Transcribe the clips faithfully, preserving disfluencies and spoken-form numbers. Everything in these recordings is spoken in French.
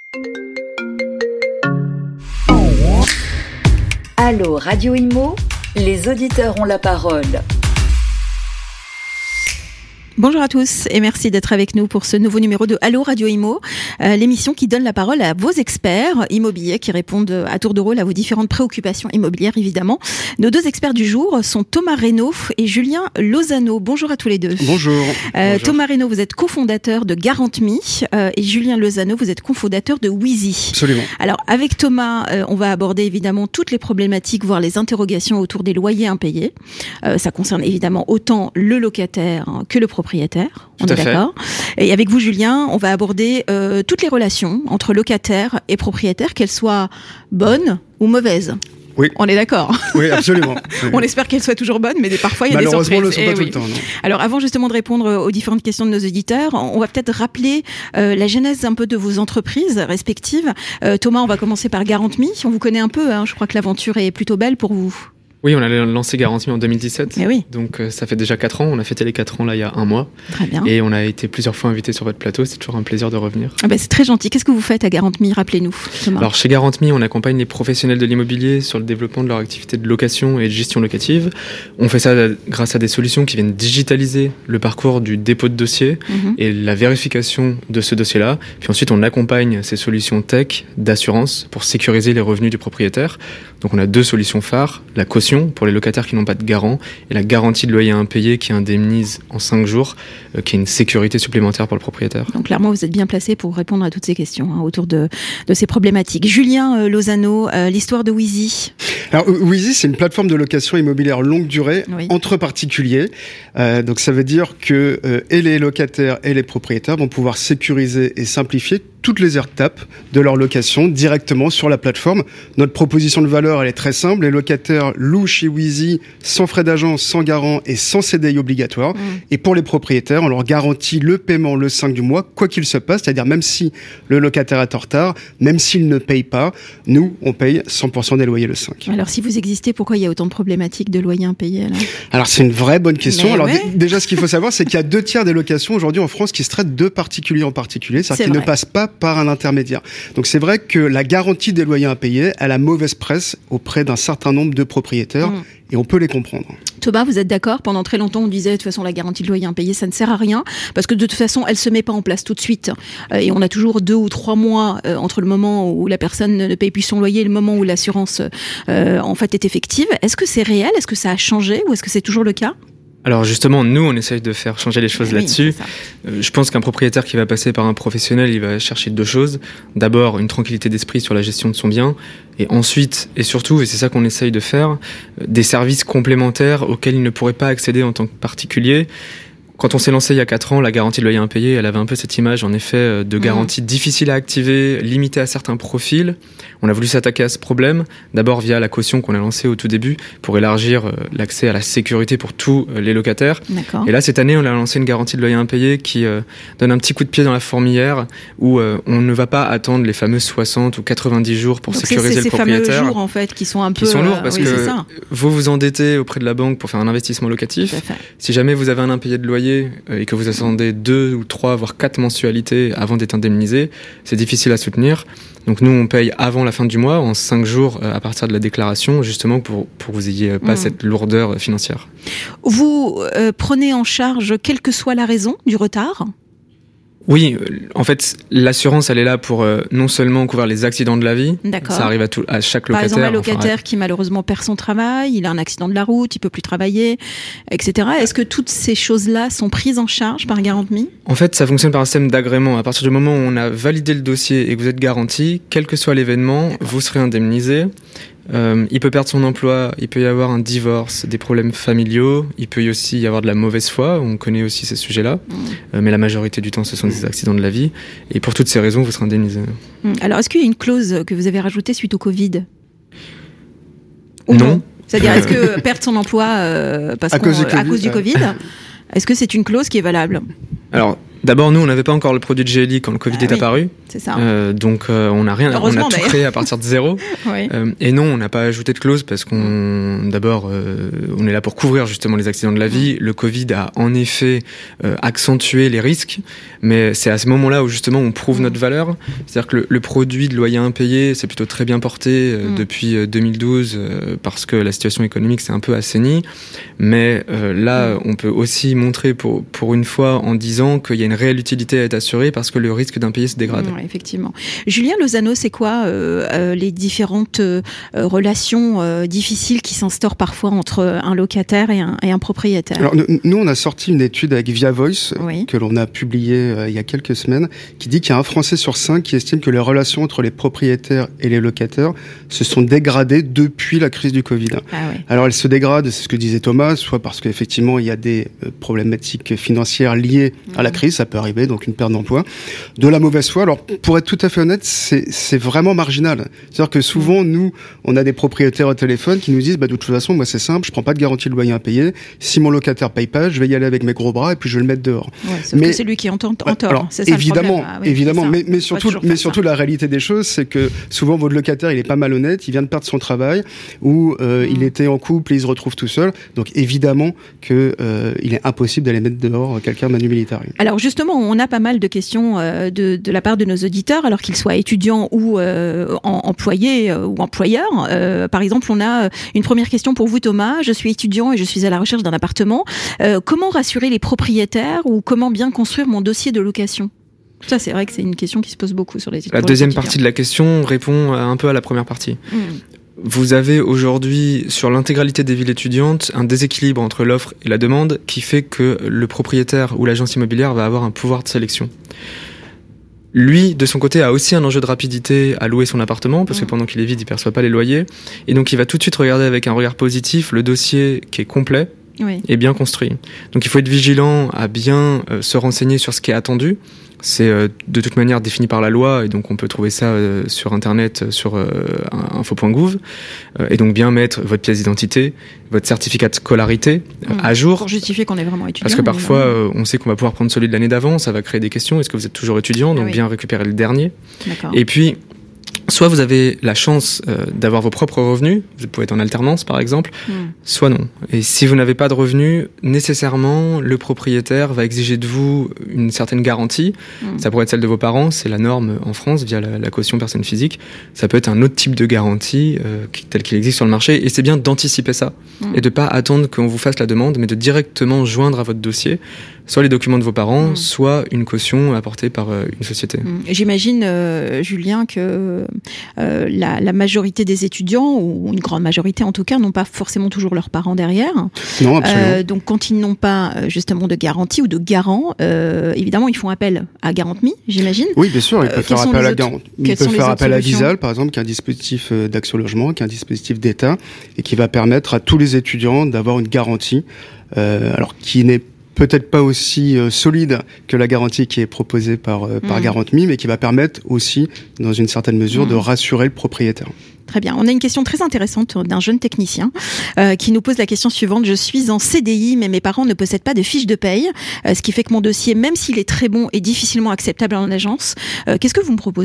Allô Radio Imo, les auditeurs ont la parole. Bonjour à tous et merci d'être avec nous pour ce nouveau numéro de Allô Radio Imo, euh, l'émission qui donne la parole à vos experts immobiliers qui répondent à tour de rôle à vos différentes préoccupations immobilières évidemment. Nos deux experts du jour sont Thomas Reynaud et Julien Lozano. Bonjour à tous les deux. Bonjour. Euh, Bonjour. Thomas Reynaud, vous êtes cofondateur de GuarantMe euh, et Julien Lozano, vous êtes cofondateur de Weezy. Absolument. Alors avec Thomas, euh, on va aborder évidemment toutes les problématiques, voire les interrogations autour des loyers impayés. Euh, ça concerne évidemment autant le locataire hein, que le propriétaire. On Tout est à d'accord. Fait. Et avec vous, Julien, on va aborder euh, toutes les relations entre locataires et propriétaires, qu'elles soient bonnes ou mauvaises. Oui. On est d'accord. Oui, absolument. Oui. On espère qu'elles soient toujours bonnes, mais parfois il y a des surprises. Malheureusement, elles ne sont pas eh tout oui. le temps. Non. Alors, avant justement de répondre aux différentes questions de nos auditeurs, on va peut-être rappeler euh, la genèse un peu de vos entreprises respectives. Euh, Thomas, on va commencer par GuarantMe. On vous connaît un peu. Hein. Je crois que l'aventure est plutôt belle pour vous. Oui, on a lancé GuarantMe en deux mille dix-sept, eh oui. donc euh, ça fait déjà quatre ans, on a fêté les quatre ans là il y a un mois. Très bien. Et on a été plusieurs fois invités sur votre plateau, c'est toujours un plaisir de revenir. Ah bah c'est très gentil, qu'est-ce que vous faites à GuarantMe, rappelez-nous Thomas. Alors chez GuarantMe, on accompagne les professionnels de l'immobilier sur le développement de leur activité de location et de gestion locative. On fait ça grâce à des solutions qui viennent digitaliser le parcours du dépôt de dossier mm-hmm. et la vérification de ce dossier-là. Puis ensuite, on accompagne ces solutions tech d'assurance pour sécuriser les revenus du propriétaire. Donc on a deux solutions phares, la caution pour les locataires qui n'ont pas de garant et la garantie de loyer impayé qui indemnise en cinq jours, euh, qui est une sécurité supplémentaire pour le propriétaire. Donc clairement, vous êtes bien placé pour répondre à toutes ces questions hein, autour de, de ces problématiques. Julien euh, Lozano, euh, l'histoire de Weezy. Alors Weezy, c'est une plateforme de location immobilière longue durée oui. entre particuliers. Euh, donc ça veut dire que euh, et les locataires et les propriétaires vont pouvoir sécuriser et simplifier toutes les étapes de leur location directement sur la plateforme. Notre proposition de valeur, elle est très simple. Les locataires louent chez Weezy sans frais d'agence, sans garant et sans C D I obligatoire. Mmh. Et pour les propriétaires, on leur garantit le paiement le cinq du mois, quoi qu'il se passe. C'est-à-dire même si le locataire est en retard, même s'il ne paye pas, nous, on paye cent pour cent des loyers le cinq. Alors si vous existez, pourquoi il y a autant de problématiques de loyers impayés alors, alors c'est une vraie bonne question. Mais alors ouais. d- déjà, ce qu'il faut savoir, c'est qu'il y a deux tiers des locations aujourd'hui en France qui se traitent de particulier en particulier. C'est-à-dire c'est qu'ils vrai. ne passent pas par un intermédiaire. Donc c'est vrai que la garantie des loyers impayés, elle a mauvaise presse auprès d'un certain nombre de propriétaires mmh. et on peut les comprendre. Thomas, vous êtes d'accord ? Pendant très longtemps, on disait de toute façon la garantie de loyer impayé, ça ne sert à rien parce que de toute façon, elle se met pas en place tout de suite euh, et on a toujours deux ou trois mois euh, entre le moment où la personne ne paye plus son loyer et le moment où l'assurance euh, en fait est effective. Est-ce que c'est réel ? Est-ce que ça a changé ou est-ce que c'est toujours le cas ? Alors justement, nous, on essaye de faire changer les choses oui, là-dessus. Euh, je pense qu'un propriétaire qui va passer par un professionnel, il va chercher deux choses. D'abord, une tranquillité d'esprit sur la gestion de son bien. Et ensuite, et surtout, et c'est ça qu'on essaye de faire, euh, des services complémentaires auxquels il ne pourrait pas accéder en tant que particulier. Quand on s'est lancé il y a quatre ans, la garantie de loyer impayé, elle avait un peu cette image, en effet, de garantie mmh. difficile à activer, limitée à certains profils. On a voulu s'attaquer à ce problème, d'abord via la caution qu'on a lancée au tout début, pour élargir l'accès à la sécurité pour tous les locataires. D'accord. Et là, cette année, on a lancé une garantie de loyer impayé qui euh, donne un petit coup de pied dans la fourmilière, où euh, on ne va pas attendre les fameux soixante ou quatre-vingt-dix jours pour Donc sécuriser c'est, c'est le propriétaire. C'est ces fameux jours, en fait, qui sont un qui peu... Qui sont lourds, parce euh, oui, que vous vous endettez auprès de la banque pour faire un investissement locatif. Si jamais vous avez un impayé de loyer, et que vous attendez deux ou trois, voire quatre mensualités avant d'être indemnisé, c'est difficile à soutenir. Donc nous, on paye avant la fin du mois, en cinq jours à partir de la déclaration, justement pour, pour que vous n'ayez pas mmh. cette lourdeur financière. Vous euh, prenez en charge, quelle que soit la raison du retard ? Oui, en fait, l'assurance, elle est là pour euh, non seulement couvrir les accidents de la vie, D'accord. ça arrive à, tout, à chaque Par locataire. Par exemple, un locataire enfin, qui malheureusement perd son travail, il a un accident de la route, il peut plus travailler, et cetera. Est-ce que toutes ces choses-là sont prises en charge par GuarantMe ? En fait, ça fonctionne par un système d'agrément. À partir du moment où on a validé le dossier et que vous êtes garanti, quel que soit l'événement, D'accord. vous serez indemnisé. Euh, il peut perdre son emploi, il peut y avoir un divorce, des problèmes familiaux, il peut y aussi y avoir de la mauvaise foi, on connaît aussi ces sujets-là, mmh. euh, mais la majorité du temps ce sont des accidents de la vie, et pour toutes ces raisons vous serez indemnisé. Mmh. Alors est-ce qu'il y a une clause que vous avez rajoutée suite au Covid ? Ou non. non. C'est-à-dire est-ce que perdre son emploi euh, parce à, cause du à cause du euh... Covid, est-ce que c'est une clause qui est valable ? Alors, D'abord, nous, on n'avait pas encore le produit de G L I quand le Covid ah, est oui. apparu. C'est ça. Euh, donc, euh, on a rien, on a tout créé à partir de zéro. oui. euh, et non, on n'a pas ajouté de clause parce qu'on, d'abord, euh, on est là pour couvrir justement les accidents de la vie. Le Covid a en effet euh, accentué les risques, mais c'est à ce moment-là où justement on prouve notre valeur. C'est-à-dire que le, le produit de loyer impayé, c'est plutôt très bien porté euh, mm. depuis euh, deux mille douze euh, parce que la situation économique s'est un peu assainie. Mais euh, là, mm. on peut aussi montrer pour pour une fois en disant qu'il y a une réelle utilité à être assurée parce que le risque d'impayé se dégrade. Ouais, effectivement. Julien Lozano, c'est quoi euh, euh, les différentes euh, relations euh, difficiles qui s'instaurent parfois entre un locataire et un, et un propriétaire? Alors, nous, on a sorti une étude avec Via Voice oui. que l'on a publiée euh, il y a quelques semaines qui dit qu'il y a un Français sur cinq qui estime que les relations entre les propriétaires et les locataires se sont dégradées depuis la crise du Covid. Ah oui. Alors, elles se dégradent, c'est ce que disait Thomas, soit parce qu'effectivement, il y a des euh, problématiques financières liées mmh. à la crise, ça peut arriver, donc une perte d'emploi. De la mauvaise foi, alors pour être tout à fait honnête, c'est, c'est vraiment marginal. C'est-à-dire que souvent, nous, on a des propriétaires au téléphone qui nous disent, bah, de toute façon, moi, c'est simple, je prends pas de garantie de loyer impayé. Si mon locataire paye pas, je vais y aller avec mes gros bras et puis je vais le mettre dehors. Ouais, sauf mais, que c'est lui qui est en tort. Alors, c'est ça évidemment, ah, oui, évidemment, mais, mais surtout, mais surtout la réalité des choses, c'est que souvent, votre locataire, il est pas malhonnête, il vient de perdre son travail, ou euh, mmh. il était en couple et il se retrouve tout seul. Donc, évidemment que euh, il est impossible d'aller mettre dehors quelqu'un manu militari. Alors, justement, on a pas mal de questions euh, de, de la part de nos auditeurs, alors qu'ils soient étudiants ou euh, en, employés euh, ou employeurs. Euh, par exemple, on a une première question pour vous, Thomas. Je suis étudiant et je suis à la recherche d'un appartement. Euh, comment rassurer les propriétaires ou comment bien construire mon dossier de location ? Ça, c'est vrai que c'est une question qui se pose beaucoup sur les étudiants. La deuxième partie de la question répond un peu à la première partie. Mmh. Vous avez aujourd'hui, sur l'intégralité des villes étudiantes, un déséquilibre entre l'offre et la demande qui fait que le propriétaire ou l'agence immobilière va avoir un pouvoir de sélection. Lui, de son côté, a aussi un enjeu de rapidité à louer son appartement, parce que pendant qu'il est vide, il ne perçoit pas les loyers. Et donc, il va tout de suite regarder avec un regard positif le dossier qui est complet oui. et bien construit. Donc, il faut être vigilant à bien euh, se renseigner sur ce qui est attendu. C'est euh, de toute manière défini par la loi, et donc on peut trouver ça euh, sur Internet, sur euh, info point gouv. Euh, et donc bien mettre votre pièce d'identité, votre certificat de scolarité mmh. à jour. Pour justifier qu'on est vraiment étudiant. Parce que parfois, euh, on sait qu'on va pouvoir prendre celui de l'année d'avant, ça va créer des questions. Est-ce que vous êtes toujours étudiant ? Donc ah oui. bien récupérer le dernier. D'accord. Et puis, soit vous avez la chance euh, d'avoir vos propres revenus, vous pouvez être en alternance par exemple, mmh. soit non. Et si vous n'avez pas de revenus, nécessairement, le propriétaire va exiger de vous une certaine garantie. Mmh. Ça pourrait être celle de vos parents, c'est la norme en France via la, la caution personne physique. Ça peut être un autre type de garantie euh, qui, tel qu'il existe sur le marché. Et c'est bien d'anticiper ça mmh. et de ne pas attendre qu'on vous fasse la demande, mais de directement joindre à votre dossier soit les documents de vos parents, mmh. soit une caution apportée par euh, une société. Mmh. J'imagine, euh, Julien, que euh, la, la majorité des étudiants, ou une grande majorité en tout cas, n'ont pas forcément toujours leurs parents derrière. Non, absolument. Euh, donc quand ils n'ont pas justement de garantie ou de garant, euh, évidemment, ils font appel à GarantMe, j'imagine. Oui, bien sûr, ils peuvent euh, faire appel à Garant. Ils peuvent faire appel à Visal, par exemple, qui est un dispositif d'Action Logement, qui est un dispositif d'État, et qui va permettre à tous les étudiants d'avoir une garantie, euh, alors qui n'est peut-être pas aussi euh, solide que la garantie qui est proposée par, euh, par mmh. GarantMe, mais qui va permettre aussi, dans une certaine mesure, mmh. de rassurer le propriétaire. Très bien. On a une question très intéressante d'un jeune technicien euh, qui nous pose la question suivante. Je suis en C D I, mais mes parents ne possèdent pas de fiche de paye, euh, ce qui fait que mon dossier, même s'il est très bon, est difficilement acceptable en agence. Euh, qu'est-ce que vous me proposez ?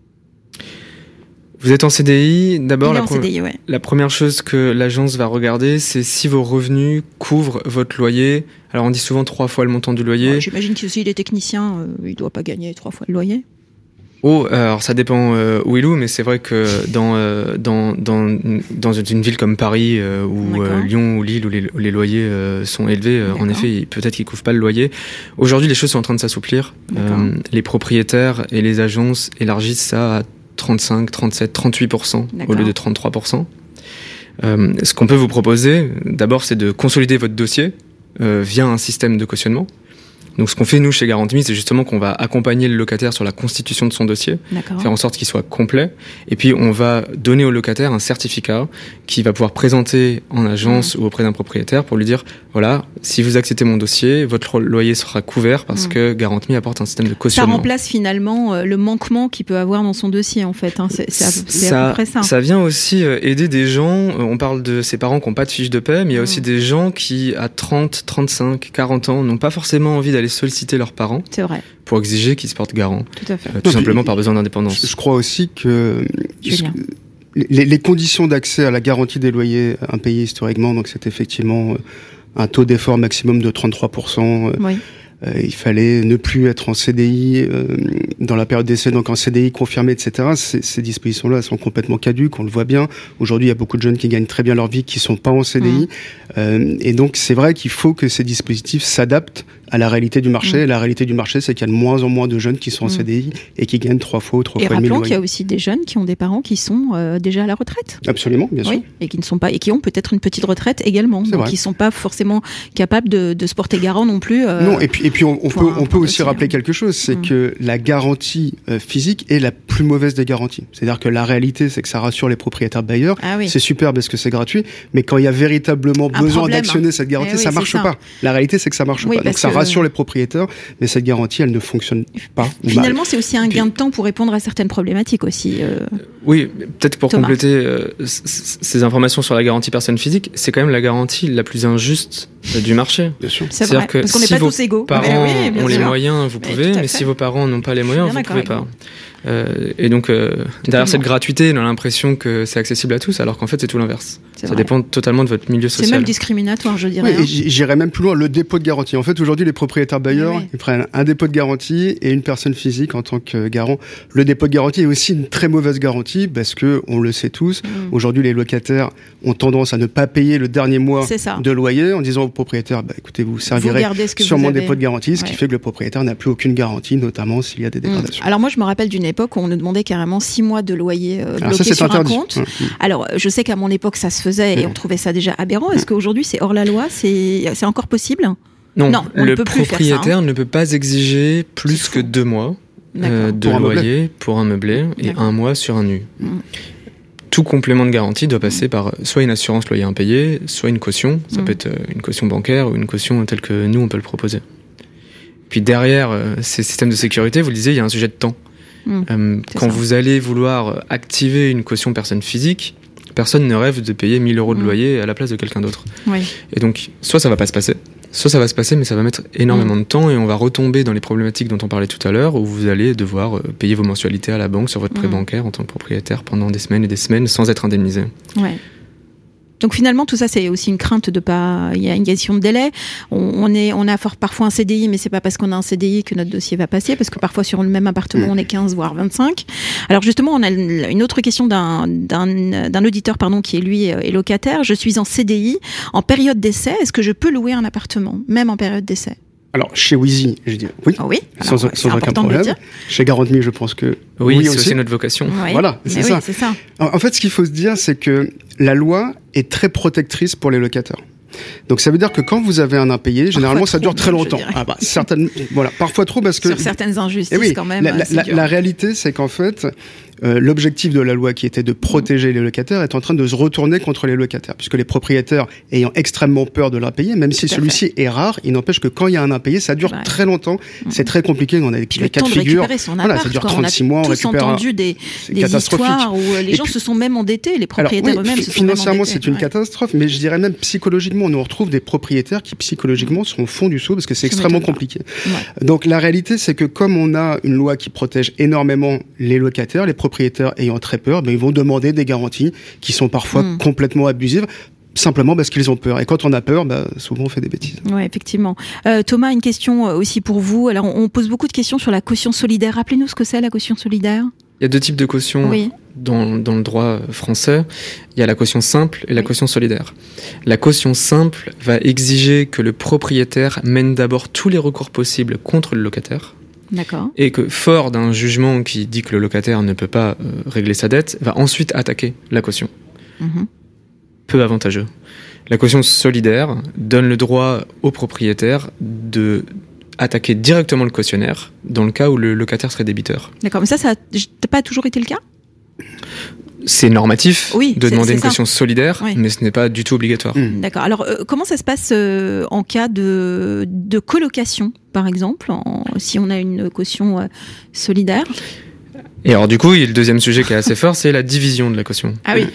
Vous êtes en C D I, d'abord la, pro- C D I, ouais. la première chose que l'agence va regarder, c'est si vos revenus couvrent votre loyer. Alors on dit souvent trois fois le montant du loyer. Ouais, j'imagine que s'il est technicien, euh, il ne doit pas gagner trois fois le loyer. Oh, alors ça dépend euh, où il loue, mais c'est vrai que dans, euh, dans, dans, dans une ville comme Paris euh, ou euh, Lyon ou Lille où les, où les loyers euh, sont élevés, euh, en effet, peut-être qu'ils ne couvrent pas le loyer. Aujourd'hui, les choses sont en train de s'assouplir. Euh, les propriétaires et les agences élargissent ça à trente-cinq, trente-sept, trente-huit pour cent au lieu de trente-trois pour cent. Euh, ce qu'on peut vous proposer, d'abord, c'est de consolider votre dossier euh, via un système de cautionnement. Donc, ce qu'on fait, nous, chez GarantMe, c'est justement qu'on va accompagner le locataire sur la constitution de son dossier, D'accord. faire en sorte qu'il soit complet. Et puis, on va donner au locataire un certificat qu'il va pouvoir présenter en agence mmh. ou auprès d'un propriétaire pour lui dire, voilà, si vous acceptez mon dossier, votre loyer sera couvert parce mmh. que GarantMe apporte un système de cautionnement. Ça remplace finalement euh, le manquement qu'il peut avoir dans son dossier, en fait. Hein. C'est, c'est, à, c'est ça, à peu près ça. Ça vient aussi euh, aider des gens, euh, on parle de ces parents qui n'ont pas de fiche de paie, mais il y a mmh. aussi des gens qui, à trente, trente-cinq, quarante ans, n'ont pas forcément envie d'aller aller solliciter leurs parents. C'est vrai. Pour exiger qu'ils se portent garant. Tout à fait. Euh, tout non, simplement par besoin d'indépendance. Je, je crois aussi que les, les conditions d'accès à la garantie des loyers impayés historiquement, donc c'est effectivement un taux d'effort maximum de trente-trois pour cent. Oui. Euh, il fallait ne plus être en C D I euh, dans la période d'essai, donc en C D I confirmé, et cetera. Ces, ces dispositions-là sont complètement caduques, on le voit bien. Aujourd'hui, il y a beaucoup de jeunes qui gagnent très bien leur vie, qui sont pas en C D I. Mmh. Euh, et donc, c'est vrai qu'il faut que ces dispositifs s'adaptent à la réalité du marché. Mmh. Et la réalité du marché, c'est qu'il y a de moins en moins de jeunes qui sont en mmh. C D I et qui gagnent trois fois ou trois et fois et demi le loyer. Et rappelons qu'il y loyer. a aussi des jeunes qui ont des parents qui sont euh, déjà à la retraite. Absolument, bien oui, sûr. Et qui ne sont pas et qui ont peut-être une petite retraite également, c'est donc vrai. Qui ne sont pas forcément capables de, de se porter garant non plus. Euh, non, et puis et puis on, on peut on peut aussi aussi, rappeler hein. quelque chose, c'est mmh. que la garantie euh, physique est la plus mauvaise des garanties. C'est-à-dire que la réalité, c'est que ça rassure les propriétaires bailleurs. Ah oui. C'est super parce que c'est gratuit, mais quand il y a véritablement Un besoin problème. d'actionner cette garantie, eh oui, ça marche ça. pas. La réalité, c'est que ça marche oui, pas. Donc ça que... rassure les propriétaires, mais cette garantie, elle ne fonctionne pas. Finalement, mal. c'est aussi un Puis... gain de temps pour répondre à certaines problématiques aussi. Euh... Oui, peut-être pour Thomas. compléter euh, ces informations sur la garantie personne physique, c'est quand même la garantie la plus injuste euh, du marché. Bien sûr. C'est vrai, que parce qu'on n'est si pas vos tous égaux. Parents oui, bien ont sûr. les moyens, vous pouvez, mais, mais si vos parents n'ont pas les moyens, vous ne pouvez pas. Euh, et donc, euh, derrière cette gratuité, on a l'impression que c'est accessible à tous, alors qu'en fait, c'est tout l'inverse. Ça vrai. dépend totalement de votre milieu social. C'est même discriminatoire, je dirais. Oui, hein. et j'irais même plus loin, le dépôt de garantie. En fait, aujourd'hui, les propriétaires bailleurs, oui. ils prennent un dépôt de garantie et une personne physique en tant que garant. Le dépôt de garantie est aussi une très mauvaise garantie parce que, on le sait tous, mmh. aujourd'hui, les locataires ont tendance à ne pas payer le dernier mois de loyer en disant au propriétaire, bah, écoutez, vous servirez vous sur vous mon avez. dépôt de garantie, ce ouais. qui fait que le propriétaire n'a plus aucune garantie, notamment s'il y a des dégradations. Mmh. Alors moi, je me rappelle d'une époque où on nous demandait carrément six mois de loyer euh, bloqué ça, sur interdit. un compte. Mmh. Alors, je sais qu'à mon époque, ça se faisait et mmh. on trouvait ça déjà aberrant. Est-ce qu'aujourd'hui, c'est hors la loi ? C'est, c'est encore possible ? Non, non on le ne peut plus propriétaire faire ça, hein. ne peut pas exiger plus que deux mois euh, de pour loyer pour un meublé et un mois sur un nu. Mmh. Tout complément de garantie doit passer par soit une assurance loyer impayé, soit une caution. Ça mmh. peut être une caution bancaire ou une caution telle que nous, on peut le proposer. Puis derrière euh, ces systèmes de sécurité, vous le disiez, il y a un sujet de temps. Mmh, euh, quand ça. vous allez vouloir activer une caution personne physique, personne ne rêve de payer mille euros de loyer mmh. à la place de quelqu'un d'autre. Oui. Et donc, soit ça va pas se passer, soit ça va se passer, mais ça va mettre énormément mmh. de temps et on va retomber dans les problématiques dont on parlait tout à l'heure, où vous allez devoir payer vos mensualités à la banque sur votre prêt mmh. bancaire en tant que propriétaire pendant des semaines et des semaines sans être indemnisé. Ouais. Donc finalement, tout ça, c'est aussi une crainte de pas. Il y a une question de délai. On, on est, on a fort, parfois un C D I, mais c'est pas parce qu'on a un C D I que notre dossier va passer, parce que parfois sur le même appartement, on est quinze voire vingt-cinq. Alors justement, on a une autre question d'un d'un, d'un auditeur, pardon, qui est lui est locataire. Je suis en C D I en période d'essai. Est-ce que je peux louer un appartement, même en période d'essai ? Alors, chez Wheezy, je dis oui, oh oui. sans, Alors, sans aucun problème. Chez GarantMe, je pense que oui, oui c'est aussi. aussi notre vocation. Oui. Voilà, c'est ça. Oui, c'est ça. En, en fait, ce qu'il faut se dire, c'est que la loi est très protectrice pour les locataires. Donc ça veut dire que quand vous avez un impayé, généralement parfois ça dure trop, très longtemps. Ah bah certaines, voilà, parfois trop parce que sur certaines injustices oui, quand même. La, la, la réalité, c'est qu'en fait, euh, l'objectif de la loi qui était de protéger mmh. les locataires est en train de se retourner contre les locataires, puisque les propriétaires ayant extrêmement peur de l'impayé, même si celui-ci est rare, il n'empêche que quand il y a un impayé, ça dure ouais. très longtemps. Mmh. C'est très compliqué. On a des cas de figure. Voilà, ça dure trente-six mois. On on a tous entendu des, des histoires où les gens puis, se sont même endettés, les propriétaires alors, oui, eux-mêmes se sont financièrement, même endettés. c'est une ouais. catastrophe, mais je dirais même psychologiquement, nous on retrouve des propriétaires qui psychologiquement sont au fond du seau parce que c'est extrêmement compliqué. Ouais. Donc la réalité, c'est que comme on a une loi qui protège énormément les locataires, les propriétaires ayant très peur, ben ils vont demander des garanties qui sont parfois mmh. complètement abusives. Simplement parce qu'ils ont peur. Et quand on a peur, bah, souvent on fait des bêtises. Oui, effectivement. Euh, Thomas, une question aussi pour vous. Alors, on pose beaucoup de questions sur la caution solidaire. Rappelez-nous ce que c'est la caution solidaire. Il y a deux types de cautions oui. dans, dans le droit français. Il y a la caution simple et la oui. caution solidaire. La caution simple va exiger que le propriétaire mène d'abord tous les recours possibles contre le locataire. D'accord. Et que, fort d'un jugement qui dit que le locataire ne peut pas euh, régler sa dette, va ensuite attaquer la caution. Mmh. Peu avantageux. La caution solidaire donne le droit au propriétaire de attaquer directement le cautionnaire dans le cas où le locataire serait débiteur. D'accord, mais ça, ça n'a pas toujours été le cas ? C'est normatif oui, de c'est, demander c'est une ça. caution solidaire, oui. mais ce n'est pas du tout obligatoire. Mmh. D'accord. Alors, euh, comment ça se passe euh, en cas de, de colocation, par exemple, en, si on a une caution euh, solidaire ? Et alors du coup, il y a le deuxième sujet qui est assez fort, c'est la division de la caution. Ah oui. Ah,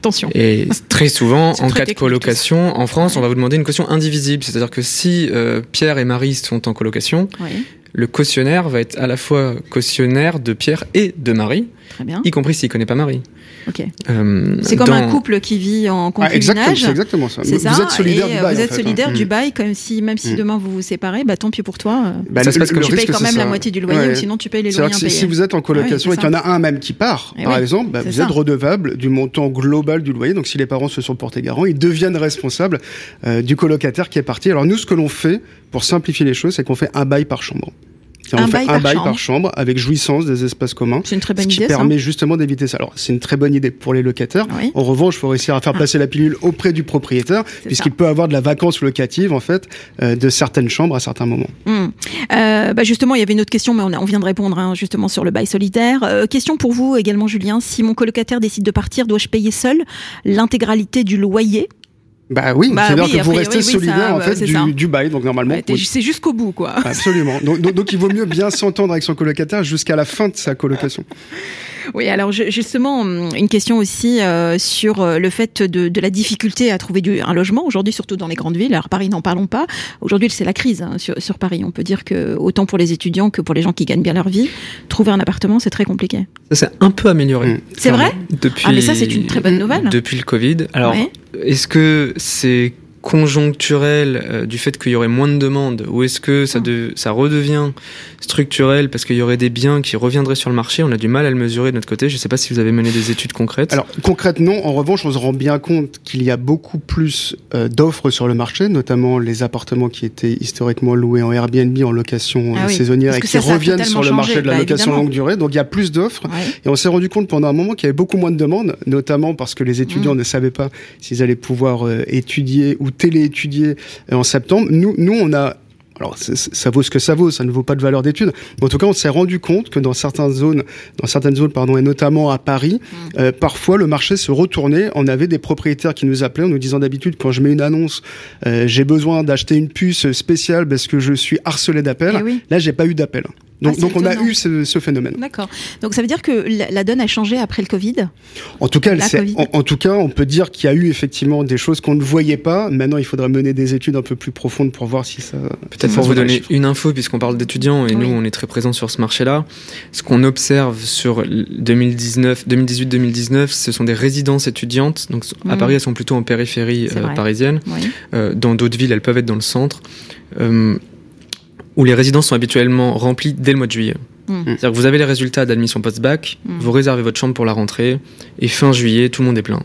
Attention. Et très souvent, en cas de technique, colocation, en France, on va vous demander une caution indivisible. C'est-à-dire que si euh, Pierre et Marie sont en colocation, oui. le cautionnaire va être à la fois cautionnaire de Pierre et de Marie, Très bien. y compris s'il ne connaît pas Marie. Okay. Euh, c'est comme dans... un couple qui vit en concubinage. Ah, exactement, c'est exactement ça. C'est vous ça. êtes solidaire et du bail. Vous êtes en fait, solidaire hein. du bail, comme si, même si demain vous vous séparez, bah, tant pis pour toi. Bah, ça le, se passe le, comme le tu payes quand même ça. la moitié du loyer, ouais. ou sinon tu payes les c'est loyers si, impayés. si vous êtes en colocation ah oui, et qu'il y en a un même qui part, et par oui, exemple, bah, vous ça. êtes redevable du montant global du loyer. Donc si les parents se sont portés garants, ils deviennent responsables euh, du colocataire qui est parti. Alors nous, ce que l'on fait pour simplifier les choses, c'est qu'on fait un bail par chambre. On un fait bail, un par, bail chambre. par chambre avec jouissance des espaces communs. C'est une très bonne ce qui idée, permet ça. justement d'éviter ça. Alors, c'est une très bonne idée pour les locataires. Oui. En revanche, il faut réussir à faire passer ah. la pilule auprès du propriétaire, c'est puisqu'il ça. peut avoir de la vacance locative, en fait, euh, de certaines chambres à certains moments. Mmh. Euh, bah justement, il y avait une autre question, mais on, a, on vient de répondre hein, justement sur le bail solitaire. Euh, question pour vous également, Julien. Si mon colocataire décide de partir, dois-je payer seul l'intégralité du loyer ? Bah oui, bah c'est-à-dire oui, que vous restez oui, solidaire ça, en fait du, du bail, donc normalement. Ouais, c'est jusqu'au bout, quoi. Absolument. Donc, donc, donc il vaut mieux bien s'entendre avec son colocataire jusqu'à la fin de sa colocation. Oui, alors justement, une question aussi euh, sur le fait de, de la difficulté à trouver du, un logement aujourd'hui, surtout dans les grandes villes. Alors Paris, n'en parlons pas. Aujourd'hui, c'est la crise hein, sur, sur Paris. On peut dire que autant pour les étudiants que pour les gens qui gagnent bien leur vie, trouver un appartement, c'est très compliqué. Ça s'est un peu amélioré. Mmh. C'est vrai ? Depuis, ah mais ça, c'est une très bonne nouvelle. Depuis le Covid. Alors, ouais. est-ce que c'est conjoncturel euh, du fait qu'il y aurait moins de demandes, ou est-ce que ça, de, ça redevient structurel parce qu'il y aurait des biens qui reviendraient sur le marché? On a du mal à le mesurer de notre côté. Je ne sais pas si vous avez mené des études concrètes. Alors, concrètes, non. En revanche, on se rend bien compte qu'il y a beaucoup plus euh, d'offres sur le marché, notamment les appartements qui étaient historiquement loués en Airbnb, en location ah euh, oui. saisonnière, et qui ça, ça reviennent sur le changé. marché de la bah, location évidemment. longue durée. Donc, il y a plus d'offres. Ouais. Et on s'est rendu compte pendant un moment qu'il y avait beaucoup moins de demandes, notamment parce que les étudiants mmh. ne savaient pas s'ils allaient pouvoir euh, étudier ou téléétudier en septembre. Nous, nous, on a... Alors, ça vaut ce que ça vaut, ça ne vaut pas de valeur d'étude. Mais en tout cas, on s'est rendu compte que dans certaines zones, dans certaines zones, pardon, et notamment à Paris, mmh. euh, parfois le marché se retournait. On avait des propriétaires qui nous appelaient en nous disant d'habitude, quand je mets une annonce, euh, j'ai besoin d'acheter une puce spéciale parce que je suis harcelé d'appels. Eh oui. Là, j'ai pas eu d'appel. Donc, ah, donc on a étonnant. eu ce, ce phénomène. D'accord. Donc ça veut dire que la, la donne a changé après le Covid ? En tout cas, elle COVID. En, en tout cas, on peut dire qu'il y a eu effectivement des choses qu'on ne voyait pas. Maintenant, il faudrait mener des études un peu plus profondes pour voir si ça... Peut-être pour vous donner une info, puisqu'on parle d'étudiants, et oui. nous, on est très présents sur ce marché-là. Ce qu'on observe sur deux mille dix-neuf, deux mille dix-huit deux mille dix-neuf, ce sont des résidences étudiantes. Donc à mmh. Paris, elles sont plutôt en périphérie euh, parisienne. Oui. Euh, dans d'autres villes, elles peuvent être dans le centre. Euh, où les résidences sont habituellement remplies dès le mois de juillet. Mmh. C'est-à-dire que vous avez les résultats d'admission post-bac, mmh. vous réservez votre chambre pour la rentrée, et fin juillet, tout le monde est plein.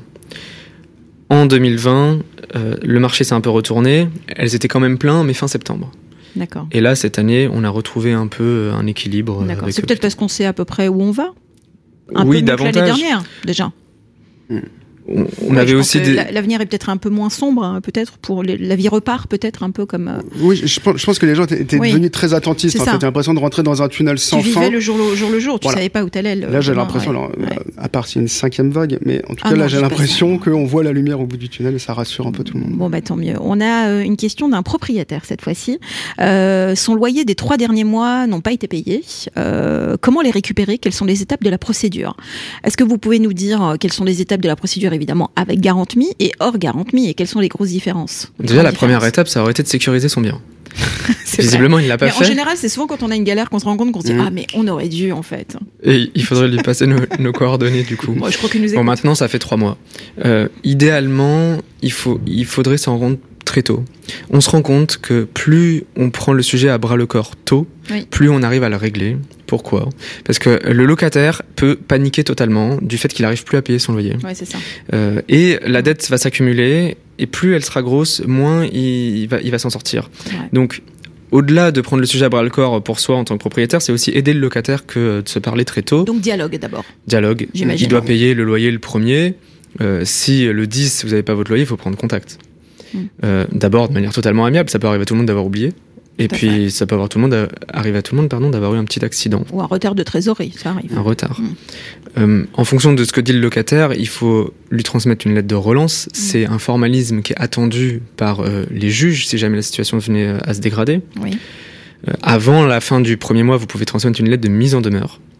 En deux mille vingt, euh, le marché s'est un peu retourné, elles étaient quand même pleines, mais fin septembre. D'accord. Et là, cette année, on a retrouvé un peu un équilibre. D'accord. Avec C'est peut-être parce qu'on sait à peu près où on va. Un oui, peu mieux davantage. Que l'année dernière, déjà. Mmh. On, on ouais, avait aussi des... L'avenir est peut-être un peu moins sombre, hein, peut-être pour les... la vie repart, peut-être un peu comme. Euh... Oui, je pense, je pense que les gens étaient oui. devenus très attentistes. En fait, j'ai l'impression de rentrer dans un tunnel sans fin. Tu vivais le jour le jour, le jour. Tu voilà. savais pas où t'allais. Le... Là, j'ai l'impression, ouais. alors, ouais. à part s'il y a une cinquième vague, mais en tout cas, ah là, non, j'ai l'impression qu'on voit la lumière au bout du tunnel et ça rassure un peu tout le monde. Bon, bah tant mieux. On a euh, une question d'un propriétaire cette fois-ci. Euh, son loyer des trois derniers mois n'ont pas été payés. Euh, comment les récupérer ? Quelles sont les étapes de la procédure ? Est-ce que vous pouvez nous dire euh, quelles sont les étapes de la procédure, évidemment, avec garantie et hors garantie, et quelles sont les grosses différences ? Déjà, la première étape, ça aurait été de sécuriser son bien. Visiblement, vrai. il l'a pas mais fait. En général, c'est souvent quand on a une galère qu'on se rend compte qu'on se dit mmh. ah mais on aurait dû en fait. Et il faudrait lui passer nos, nos coordonnées du coup. Moi, je crois qu'il nous écoute. Bon, maintenant, ça fait trois mois. Euh, idéalement, il faut, il faudrait s'en rendre très tôt. On se rend compte que plus on prend le sujet à bras le corps tôt, oui. plus on arrive à le régler. Pourquoi ? Parce que le locataire peut paniquer totalement du fait qu'il n'arrive plus à payer son loyer. Ouais, c'est ça. Euh, et la dette va s'accumuler, et plus elle sera grosse, moins il, il va, il va s'en sortir. Ouais. Donc, au-delà de prendre le sujet à bras le corps pour soi en tant que propriétaire, c'est aussi aider le locataire que de se parler très tôt. Donc dialogue d'abord. Dialogue. J'imagine. Il doit payer le loyer le premier. Euh, si le dix, vous n'avez pas votre loyer, il faut prendre contact. Mm. Euh, d'abord de manière totalement amiable, ça peut arriver à tout le monde d'avoir oublié. Et puis, fait. ça peut avoir tout le monde, arriver à tout le monde pardon, d'avoir eu un petit accident. Ou un retard de trésorerie, ça arrive. Un retard. Mmh. Euh, en fonction de ce que dit le locataire, il faut lui transmettre une lettre de relance. Mmh. C'est un formalisme qui est attendu par euh, les juges si jamais la situation venait à se dégrader. Oui. Euh, avant la fin du premier mois, vous pouvez transmettre une lettre de mise en demeure.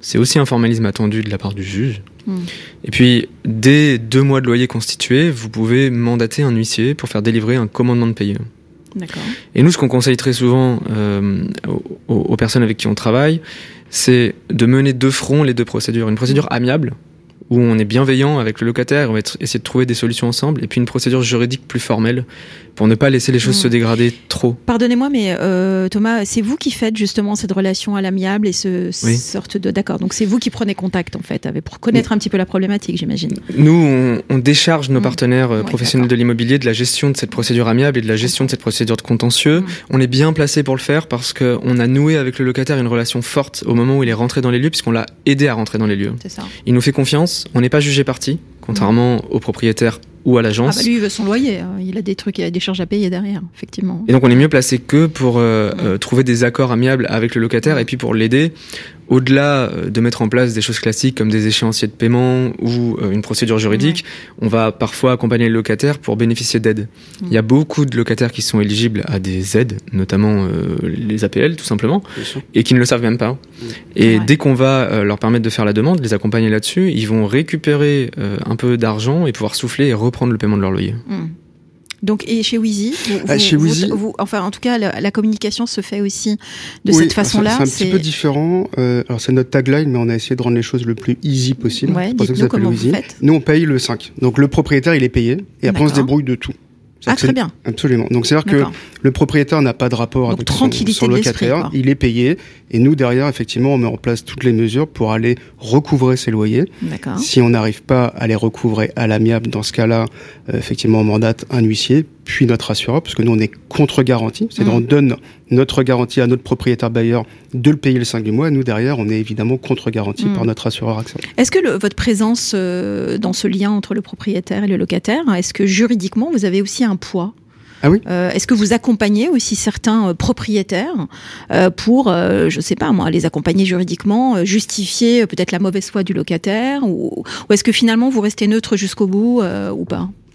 C'est aussi un formalisme attendu de la part du juge. Mmh. Et puis, dès deux mois de loyer constitués, vous pouvez mandater un huissier pour faire délivrer un commandement de payer. D'accord. Et nous, ce qu'on conseille très souvent euh, aux, aux personnes avec qui on travaille, c'est de mener de front les deux procédures. Une procédure amiable, où on est bienveillant avec le locataire, on va être, essayer de trouver des solutions ensemble, et puis une procédure juridique plus formelle, pour ne pas laisser les choses mmh. se dégrader trop. Pardonnez-moi, mais euh, Thomas, c'est vous qui faites justement cette relation à l'amiable et ce oui. sorte de... D'accord, donc c'est vous qui prenez contact en fait, avec, pour connaître un petit peu la problématique, j'imagine. Nous, on, on décharge nos mmh. partenaires euh, oui, professionnels d'accord. de l'immobilier de la gestion de cette procédure amiable et de la gestion de cette procédure de contentieux. Mmh. On est bien placé pour le faire parce qu'on a noué avec le locataire une relation forte au moment où il est rentré dans les lieux, puisqu'on l'a aidé à rentrer dans les lieux. C'est ça. Il nous fait confiance, on n'est pas jugé parti, contrairement mmh. au propriétaire ou à l'agence. Ah bah lui, il veut son loyer. Il a des trucs, il a des charges à payer derrière, effectivement. Et donc, on est mieux placé que pour euh, mmh. euh, trouver des accords amiables avec le locataire mmh. et puis pour l'aider, au-delà de mettre en place des choses classiques comme des échéanciers de paiement ou euh, une procédure juridique, mmh. on va parfois accompagner le locataire pour bénéficier d'aides. Mmh. Il y a beaucoup de locataires qui sont éligibles à des aides, notamment euh, les A P L, tout simplement, et qui ne le savent même pas. Mmh. Et ouais. dès qu'on va euh, leur permettre de faire la demande, les accompagner là-dessus, ils vont récupérer euh, un peu d'argent et pouvoir souffler et reprendre le paiement de leur loyer. Mmh. Donc, et chez Wheezy, vous, ah, chez vous, Wheezy vous, enfin, en tout cas, la, la communication se fait aussi de oui, cette façon-là. C'est un c'est... petit peu différent. Euh, alors, c'est notre tagline, mais on a essayé de rendre les choses le plus easy possible. Ouais, c'est pour ça que ça s'appelle Wheezy. Nous, on paye le cinq. Donc, le propriétaire, il est payé. Et après, D'accord. on se débrouille de tout. Ah, très bien. Absolument. Donc, c'est-à-dire D'accord. que le propriétaire n'a pas de rapport Donc, avec son, son locataire. Il est payé. Et nous, derrière, effectivement, on met en place toutes les mesures pour aller recouvrer ses loyers. D'accord. Si on n'arrive pas à les recouvrer à l'amiable, dans ce cas-là, euh, effectivement, on mandate un huissier, puis notre assureur, parce que nous, on est contre-garantie. C'est-à-dire, mmh. on donne notre garantie à notre propriétaire bailleur de le payer le cinq du mois. Et nous, derrière, on est évidemment contre-garantie mmh. par notre assureur A X A. Est-ce que le, votre présence euh, dans ce lien entre le propriétaire et le locataire, est-ce que juridiquement, vous avez aussi un poids ? Ah oui. Euh, est-ce que vous accompagnez aussi certains euh, propriétaires euh, pour, euh, je sais pas moi, les accompagner juridiquement, euh, justifier euh, peut-être la mauvaise foi du locataire, ou, ou est-ce que finalement vous restez neutre jusqu'au bout euh, ou pas, Thomas ?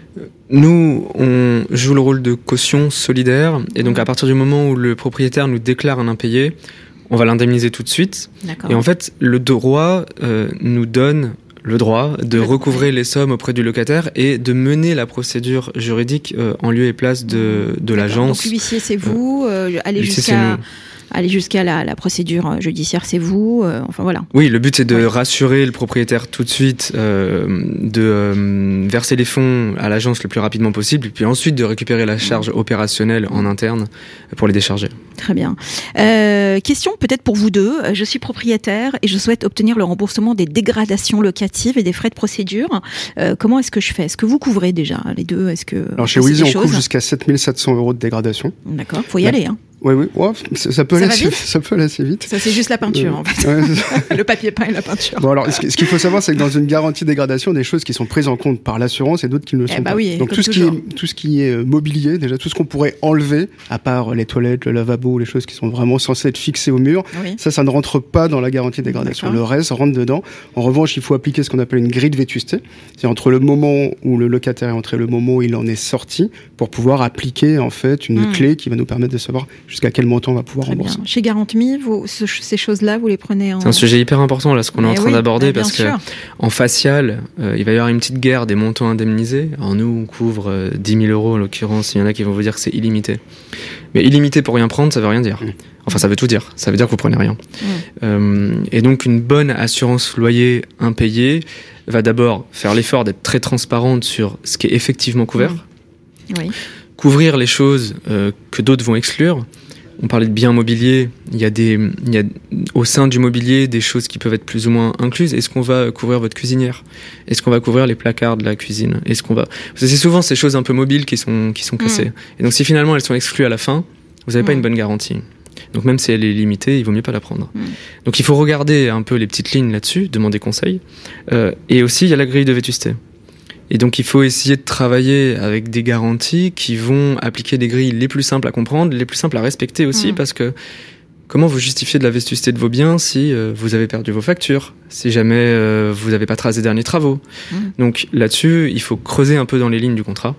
Nous, on joue le rôle de caution solidaire, et donc à partir du moment où le propriétaire nous déclare un impayé, on va l'indemniser tout de suite. D'accord. Et en fait, le droit euh, nous donne le droit de recouvrer les sommes auprès du locataire et de mener la procédure juridique euh, en lieu et place de, de l'agence. Donc l'huissier, c'est vous, euh, allez jusqu'à... Aller jusqu'à la, la procédure judiciaire, c'est vous. Euh, enfin voilà. Oui, le but c'est de ouais. rassurer le propriétaire tout de suite, euh, de euh, verser les fonds à l'agence le plus rapidement possible, et puis ensuite de récupérer la charge opérationnelle en interne pour les décharger. Très bien. Euh, question peut-être pour vous deux. Je suis propriétaire et je souhaite obtenir le remboursement des dégradations locatives et des frais de procédure. Euh, comment est-ce que je fais ? Est-ce que vous couvrez déjà les deux ? Est-ce que Alors chez Wheezy, on couvre jusqu'à sept mille sept cents euros de dégradation. D'accord, faut y ouais. aller. Hein. Oui, oui, ouais, ça, ça, peut ça, aller assez, ça peut aller assez vite. Ça, c'est juste la peinture, euh, en fait. Ouais, le papier peint et la peinture. Bon, alors, ce qu'il faut savoir, c'est que dans une garantie de dégradation, il y a des choses qui sont prises en compte par l'assurance et d'autres qui ne le sont eh bah pas. oui, donc, tout ce, qui est, tout ce qui est mobilier, déjà, tout ce qu'on pourrait enlever, à part les toilettes, le lavabo, les choses qui sont vraiment censées être fixées au mur, oui. ça, ça ne rentre pas dans la garantie de dégradation. D'accord. Le reste rentre dedans. En revanche, il faut appliquer ce qu'on appelle une grille de vétusté. C'est entre le moment où le locataire est entré et le moment où il en est sorti, pour pouvoir appliquer, en fait, une mmh. clé qui va nous permettre de savoir jusqu'à quel montant on va pouvoir Très rembourser. Bien. Chez Garant-Me, vous, ce, ces choses-là, vous les prenez en... C'est un sujet hyper important, là, ce qu'on Mais est en train oui, d'aborder, parce que sûr. en facial, euh, il va y avoir une petite guerre des montants indemnisés. Alors nous, on couvre euh, dix mille euros, en l'occurrence. Il y en a qui vont vous dire que c'est illimité. Mais illimité pour rien prendre, ça veut rien dire. Mmh. Enfin, ça veut tout dire. Ça veut dire que vous prenez rien. Mmh. Euh, et donc, une bonne assurance loyer impayé va d'abord faire l'effort d'être très transparente sur ce qui est effectivement couvert. Mmh. Oui. Couvrir les choses euh, que d'autres vont exclure. On parlait de biens mobiliers, il y a des, il y a au sein du mobilier des choses qui peuvent être plus ou moins incluses. Est-ce qu'on va couvrir votre cuisinière ? Est-ce qu'on va couvrir les placards de la cuisine ? Est-ce qu'on va... Parce que c'est souvent ces choses un peu mobiles qui sont, qui sont cassées. Mmh. Et donc si finalement elles sont exclues à la fin, vous n'avez mmh. pas une bonne garantie. Donc même si elle est limitée, il vaut mieux pas la prendre. Mmh. Donc il faut regarder un peu les petites lignes là-dessus, demander conseil. Euh, et aussi il y a la grille de vétusté. Et donc il faut essayer de travailler avec des garanties qui vont appliquer des grilles les plus simples à comprendre, les plus simples à respecter aussi, mmh. parce que comment vous justifiez de la vétusté de vos biens si euh, vous avez perdu vos factures, si jamais euh, vous n'avez pas trace des derniers travaux. Mmh. Donc là-dessus, il faut creuser un peu dans les lignes du contrat,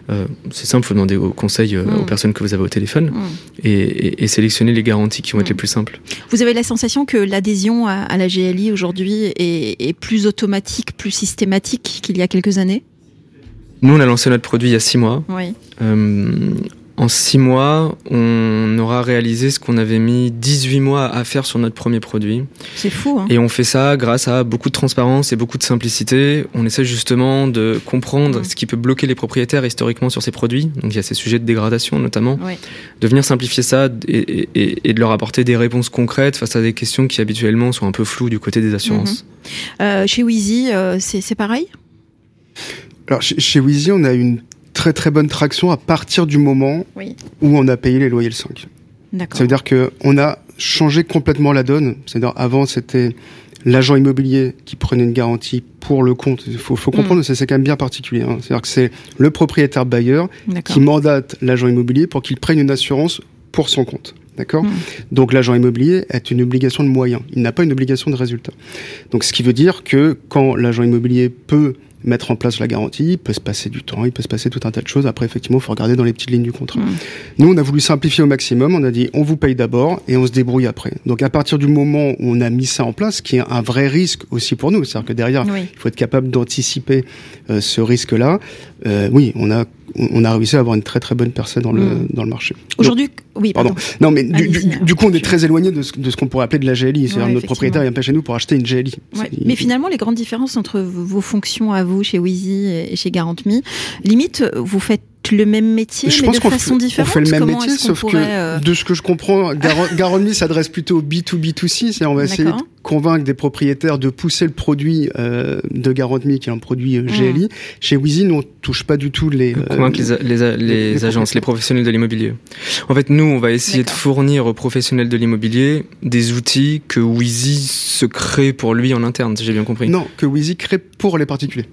Euh, c'est simple, il faut demander au conseil euh, mmh. aux personnes que vous avez au téléphone mmh. et, et, et sélectionner les garanties qui vont mmh. être les plus simples. Vous avez la sensation que l'adhésion à, à la G L I aujourd'hui est, est plus automatique, plus systématique qu'il y a quelques années ? Nous, on a lancé notre produit il y a six mois. Oui. Euh, en six mois, on aura réalisé ce qu'on avait mis dix-huit mois à faire sur notre premier produit. C'est fou, hein ? Et on fait ça grâce à beaucoup de transparence et beaucoup de simplicité. On essaie justement de comprendre mmh. ce qui peut bloquer les propriétaires historiquement sur ces produits. Donc il y a ces sujets de dégradation notamment. Oui. De venir simplifier ça et, et, et de leur apporter des réponses concrètes face à des questions qui habituellement sont un peu floues du côté des assurances. Mmh. Euh, chez Weezy, euh, c'est, c'est pareil ? Alors chez, chez Weezy, on a une très très bonne traction à partir du moment oui. où on a payé les loyers le cinq. D'accord. Ça veut dire qu'on a changé complètement la donne. C'est-à-dire avant c'était l'agent immobilier qui prenait une garantie pour le compte. Il faut, faut comprendre, mmh. c'est, c'est quand même bien particulier. Hein. C'est-à-dire que c'est le propriétaire bailleur D'accord. qui mandate l'agent immobilier pour qu'il prenne une assurance pour son compte. D'accord ? Mmh. Donc l'agent immobilier est une obligation de moyens. Il n'a pas une obligation de résultat. Donc ce qui veut dire que quand l'agent immobilier peut mettre en place la garantie, il peut se passer du temps, il peut se passer tout un tas de choses. Après, effectivement, il faut regarder dans les petites lignes du contrat. Mmh. Nous, on a voulu simplifier au maximum. On a dit, on vous paye d'abord et on se débrouille après. Donc, à partir du moment où on a mis ça en place, qui est un vrai risque aussi pour nous, c'est-à-dire que derrière, oui. il faut être capable d'anticiper euh, ce risque-là. Euh, oui, on a on a réussi à avoir une très très bonne percée dans le mmh. dans le marché. Aujourd'hui, Donc, oui, pardon. pardon. Non, mais du, du, du coup, on est très éloigné de ce, de ce qu'on pourrait appeler de la G L I. C'est-à-dire ouais, notre propriétaire vient pas chez nous pour acheter une G L I. Ouais. Mais il... finalement, les grandes différences entre vos fonctions à vous chez Weezy et chez GarantMe, limite, vous faites le même métier, je mais pense de qu'on façon fait, différente. On fait le même Comment métier, sauf pourrait, que euh... de ce que je comprends, GarantMe s'adresse plutôt au B deux B deux C, c'est-à-dire on va D'accord. essayer de convaincre des propriétaires de pousser le produit euh, de GarantMe, qui est un produit euh, G L I. Mmh. Chez Weezy, nous, on touche pas du tout les... Euh, convaincre les, a, les, a, les, les agences, les professionnels de l'immobilier. En fait, nous, on va essayer D'accord. de fournir aux professionnels de l'immobilier des outils que Weezy se crée pour lui en interne, si j'ai bien compris. Non, que Weezy crée pour les particuliers.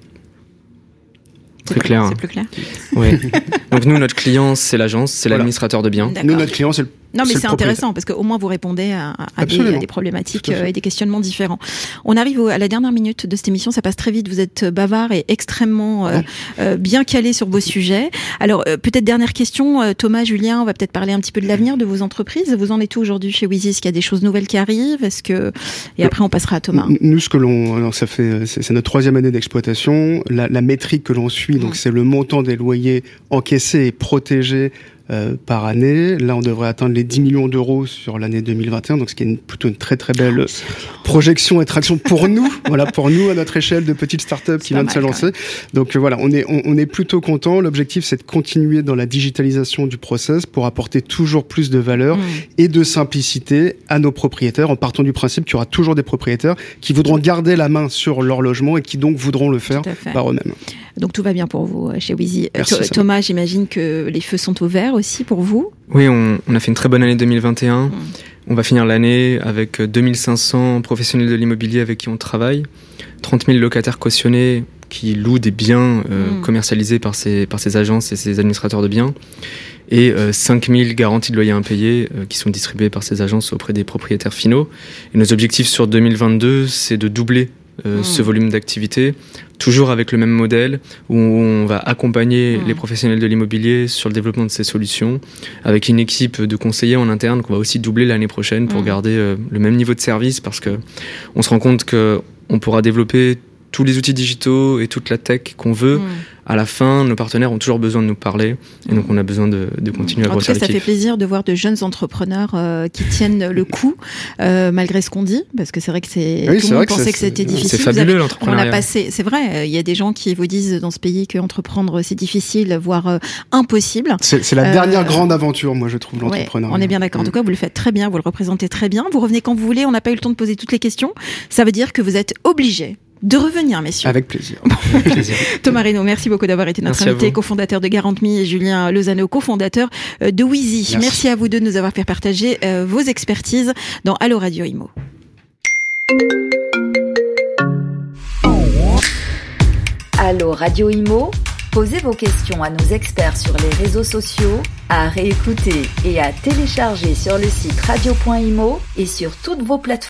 C'est plus clair. C'est plus clair. Oui. Donc nous, notre client, c'est l'agence, c'est voilà. l'administrateur de biens. D'accord. Nous, notre client, c'est le Non, mais c'est, c'est intéressant parce qu'au moins vous répondez à, à, des, à des problématiques et des questionnements différents. On arrive au, à la dernière minute de cette émission, ça passe très vite. Vous êtes bavard et extrêmement euh, euh, bien calé sur vos sujets. Alors euh, peut-être dernière question, euh, Thomas, Julien, on va peut-être parler un petit peu de l'avenir de vos entreprises. Vous en êtes où aujourd'hui chez Weezy ? Est-ce qu'il y a des choses nouvelles qui arrivent ? Est-ce que et après on passera à Thomas. Nous, ce que l'on, alors ça fait, c'est, c'est notre troisième année d'exploitation. La, la métrique que l'on suit, donc mmh. c'est le montant des loyers encaissés et protégés. Euh, par année. Là, on devrait atteindre les dix millions d'euros sur l'année deux mille vingt et un, donc ce qui est une, plutôt une très très belle projection et traction pour nous, voilà, pour nous à notre échelle de petite start-up qui vient de se lancer. Donc euh, voilà, on est on, on est plutôt content. L'objectif, c'est de continuer dans la digitalisation du process pour apporter toujours plus de valeur mmh. et de simplicité à nos propriétaires, en partant du principe qu'il y aura toujours des propriétaires qui voudront garder la main sur leur logement et qui donc voudront le faire par eux-mêmes. Donc tout va bien pour vous chez Weezy. Merci, Th- Thomas, j'imagine que les feux sont au vert aussi pour vous ? Oui, on, on a fait une très bonne année deux mille vingt et un. Mmh. On va finir l'année avec deux mille cinq cents professionnels de l'immobilier avec qui on travaille, trente mille locataires cautionnés qui louent des biens euh, mmh. commercialisés par ces, par ces agences et ces administrateurs de biens, et euh, cinq mille garanties de loyers impayés euh, qui sont distribuées par ces agences auprès des propriétaires finaux. Et nos objectifs sur deux mille vingt-deux, c'est de doubler Euh, mmh. ce volume d'activité, toujours avec le même modèle où on va accompagner mmh. les professionnels de l'immobilier sur le développement de ces solutions, avec une équipe de conseillers en interne qu'on va aussi doubler l'année prochaine pour mmh. garder euh, le même niveau de service, parce que on se rend compte que on pourra développer tous les outils digitaux et toute la tech qu'on veut. Mmh. À la fin, nos partenaires ont toujours besoin de nous parler, et donc on a besoin de, de continuer à grossir l'équipe. En tout cas, ça fait plaisir de voir de jeunes entrepreneurs euh, qui tiennent le coup, euh, malgré ce qu'on dit, parce que c'est vrai que c'est oui, tout c'est le monde que pensait ça, que c'était difficile. C'est fabuleux, l'entrepreneuriat. On a passé, c'est vrai, il y a des gens qui vous disent dans ce pays qu'entreprendre c'est difficile, voire euh, impossible. C'est, c'est la euh, dernière grande aventure, moi je trouve, l'entrepreneuriat. Ouais, on est bien d'accord. En tout cas, vous le faites très bien, vous le représentez très bien. Vous revenez quand vous voulez. On n'a pas eu le temps de poser toutes les questions. Ça veut dire que vous êtes obligés de revenir, messieurs. Avec plaisir. Avec plaisir. Thomas Reynaud, merci beaucoup d'avoir été notre merci invité, cofondateur de GarantMe, et Julien Lozano, cofondateur de Weezy. Merci. merci à vous deux de nous avoir fait partager euh, vos expertises dans Allo Radio Imo. Allo Radio Imo, posez vos questions à nos experts sur les réseaux sociaux, à réécouter et à télécharger sur le site radio point imo et sur toutes vos plateformes.